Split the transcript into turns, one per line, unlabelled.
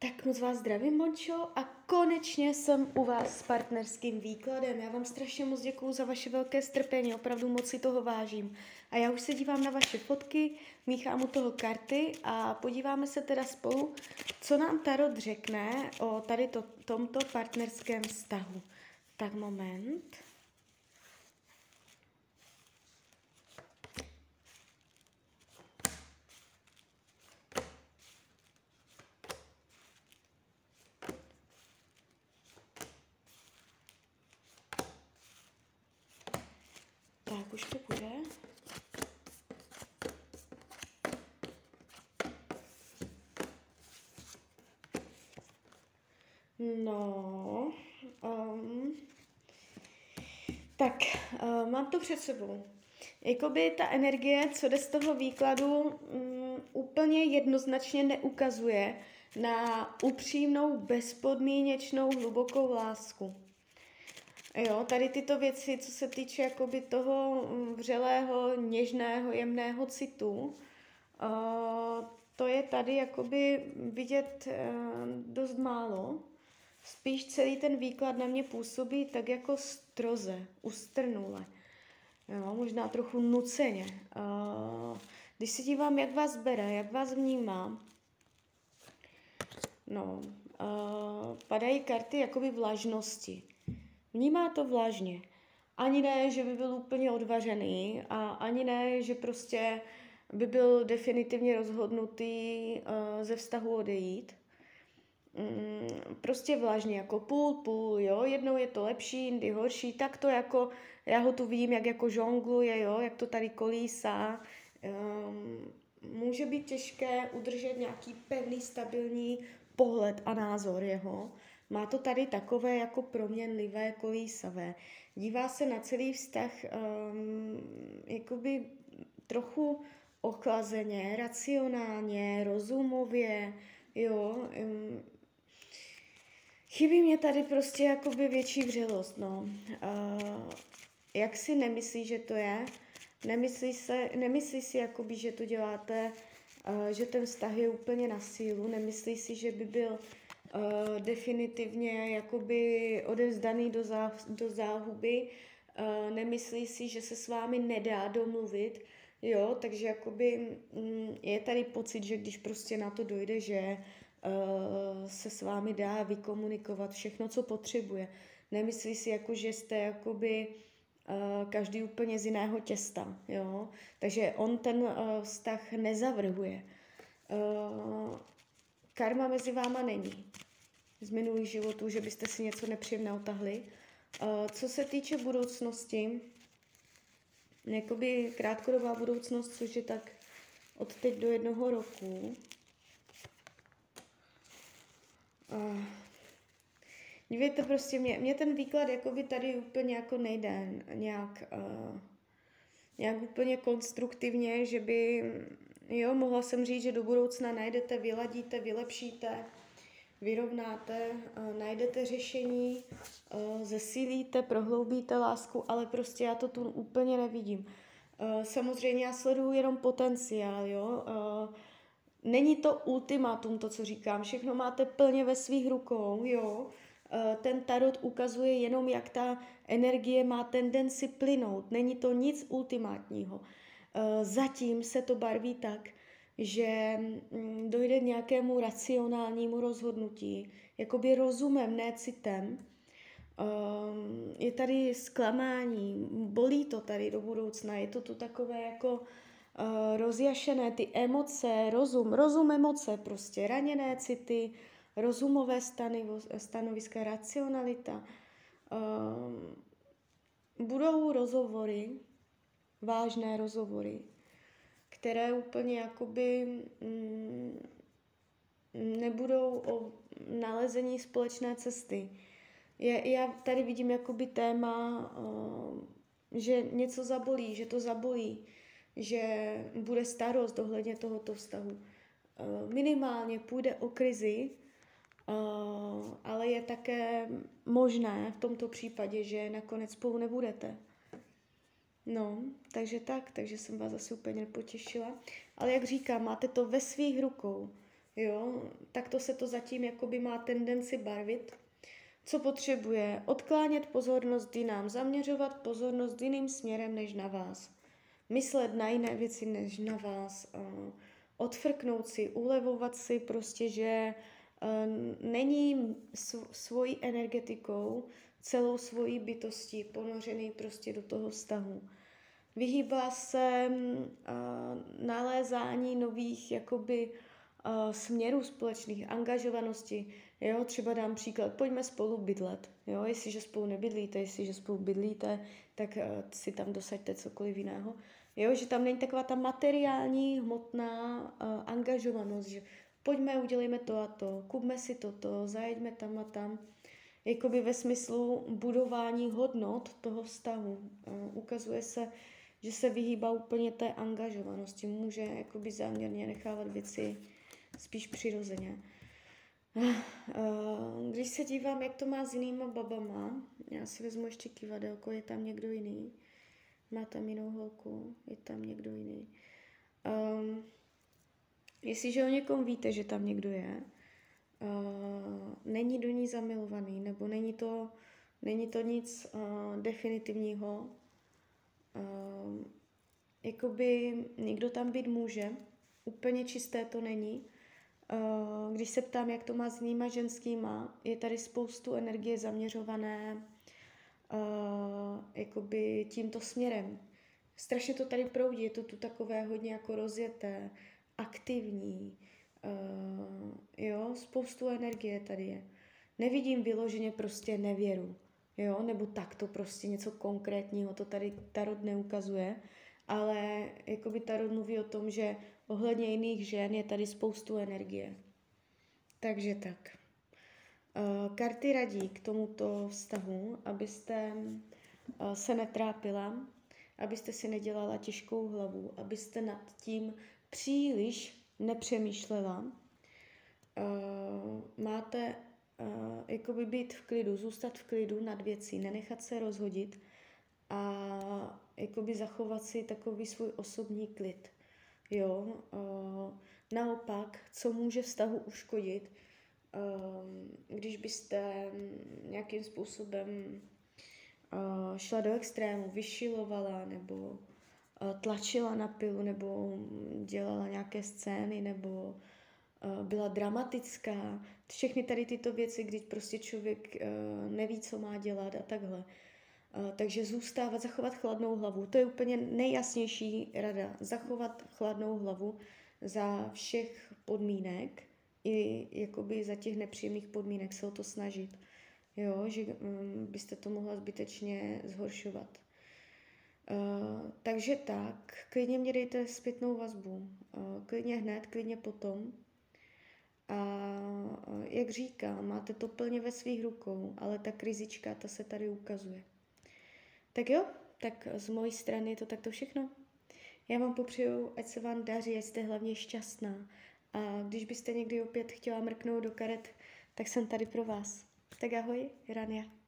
Tak moc vás zdravím, Mončo, a konečně jsem u vás s partnerským výkladem. Já vám strašně moc děkuju za vaše velké strpení, opravdu moc si toho vážím. A já už se dívám na vaše fotky, míchám u toho karty a podíváme se teda spolu, co nám Tarot řekne o tady tomto partnerském vztahu. Tak moment. Tak, už to bude. No, mám to před sebou. Jakoby ta energie, co jde z toho výkladu, úplně jednoznačně neukazuje na upřímnou, bezpodmínečnou, hlubokou lásku. Jo, tady tyto věci, co se týče jakoby toho vřelého, něžného, jemného citu, to je tady jakoby vidět dost málo. Spíš celý ten výklad na mě působí tak jako stroze, ustrnule. Jo, možná trochu nuceně. Když se dívám, jak vás bere, jak vás vnímá, padají karty jakoby vlažnosti. Vnímá to vlažně. Ani ne, že by byl úplně odvařený a ani ne, že prostě by byl definitivně rozhodnutý ze vztahu odejít. Prostě vlažně, jako půl, jo, jednou je to lepší, jindy horší, tak to jako, já ho tu vidím, jak jako žongluje, jo, jak to tady kolísá. Může být těžké udržet nějaký pevný, stabilní pohled a názor jeho. Má to tady takové jako proměnlivé, kolísavé. Dívá se na celý vztah jakoby trochu ochlazeně, racionálně, rozumově, jo. Chybí mě tady prostě jakoby větší vřelost, no. Jak si nemyslí, že to je? Nemyslí si jakoby, že to děláte, že ten vztah je úplně na sílu, nemyslí si, že by byl definitivně jakoby odevzdaný do záhuby, nemyslí si, že se s vámi nedá domluvit, jo, takže jakoby je tady pocit, že když prostě na to dojde, že se s vámi dá vykomunikovat všechno, co potřebuje. Nemyslí si, jako, že jste jakoby každý úplně z jiného těsta, jo, takže on ten vztah nezavrhuje. Karma mezi váma není z minulých životů, že byste si něco nepříjemného tahli. Co se týče budoucnosti, jakoby krátkodobá budoucnost, což je tak od teď do 1 roku. Dívejte, prostě mě ten výklad jakoby tady úplně jako nejde nějak úplně konstruktivně, že by, jo, mohla jsem říct, že do budoucna najdete, vyladíte, vylepšíte, vyrovnáte, najdete řešení, zesílíte, prohloubíte lásku, ale prostě já to tu úplně nevidím. Samozřejmě já sleduju jenom potenciál, jo. Není to ultimátum, to, co říkám, všechno máte plně ve svých rukou, jo. Ten tarot ukazuje jenom, jak ta energie má tendenci plynout. Není to nic ultimátního. Zatím se to barví tak, že dojde k nějakému racionálnímu rozhodnutí, jakoby rozumem, ne citem. Je tady zklamání, bolí to tady do budoucna, je to tu takové jako rozjašené ty emoce, rozum emoce, prostě raněné city, rozumové stanoviska, racionalita. Budou rozhovory, vážné rozhovory, které úplně jakoby nebudou o nalezení společné cesty. Já tady vidím jakoby téma, že něco zabolí, že to zabolí, že bude starost ohledně tohoto vztahu. Minimálně půjde o krizi, ale je také možné v tomto případě, že nakonec spolu nebudete. No, takže jsem vás asi úplně nepotěšila. Ale jak říkám, máte to ve svých rukou. Jo, takto se to zatím jakoby má tendenci barvit. Co potřebuje? Odklánět pozornost jinam, zaměřovat pozornost jiným směrem než na vás. Myslet na jiné věci než na vás. Odfrknout si, ulevovat si prostě, že není svojí energetikou, celou svojí bytostí ponořený prostě do toho vztahu. Vyhýbá se nalézání nových jakoby směrů společných, angažovanosti. Jo, třeba dám příklad, pojďme spolu bydlet. Jo, jestliže spolu nebydlíte, jestliže spolu bydlíte, tak si tam dosaďte cokoliv jiného. Jo, že tam není taková ta materiální, hmotná angažovanost, že pojďme, udělejme to a to, kupme si toto, zajeďme tam a tam. Jakoby ve smyslu budování hodnot toho vztahu. Ukazuje se, že se vyhýbá úplně té angažovanosti. Může jakoby záměrně nechávat věci spíš přirozeně. Když se dívám, jak to má s jinýma babama, já si vezmu ještě kivadelko, je tam někdo jiný. Má tam jinou holku, je tam někdo jiný. Jestliže o někom víte, že tam někdo je, není do ní zamilovaný, nebo není to nic definitivního, jakoby někdo tam být může, úplně čisté to není. Když se ptám, jak to má s jinýma ženskýma, je tady spoustu energie zaměřované jakoby tímto směrem. Strašně to tady proudí, je to tu takové hodně jako rozjeté, aktivní, jo, spoustu energie tady je. Nevidím vyloženě prostě nevěru, jo, nebo takto prostě něco konkrétního, to tady tarot neukazuje, ale jakoby tarot mluví o tom, že ohledně jiných žen je tady spoustu energie. Takže tak. Karty radí k tomuto vztahu, abyste se netrápila, abyste si nedělala těžkou hlavu, abyste nad tím příliš nepřemýšlela. Máte jakoby být v klidu, zůstat v klidu nad věcí, nenechat se rozhodit a jakoby zachovat si takový svůj osobní klid. Jo, naopak, co může vztahu uškodit, když byste nějakým způsobem šla do extrému, vyšilovala nebo tlačila na pilu nebo dělala nějaké scény nebo byla dramatická. Všechny tady tyto věci, když prostě člověk neví, co má dělat a takhle. Takže zůstávat, zachovat chladnou hlavu. To je úplně nejjasnější rada. Zachovat chladnou hlavu za všech podmínek i jakoby za těch nepříjemných podmínek se o to snažit. Jo, že byste to mohla zbytečně zhoršovat. Takže tak, klidně mě dejte zpětnou vazbu. Klidně hned, klidně potom. A jak říkám, máte to plně ve svých rukou, ale ta krizička, ta se tady ukazuje. Tak jo, tak z mojí strany je to takto všechno. Já vám popřeju, ať se vám daří, ať jste hlavně šťastná. A když byste někdy opět chtěla mrknout do karet, tak jsem tady pro vás. Tak ahoj, Rania.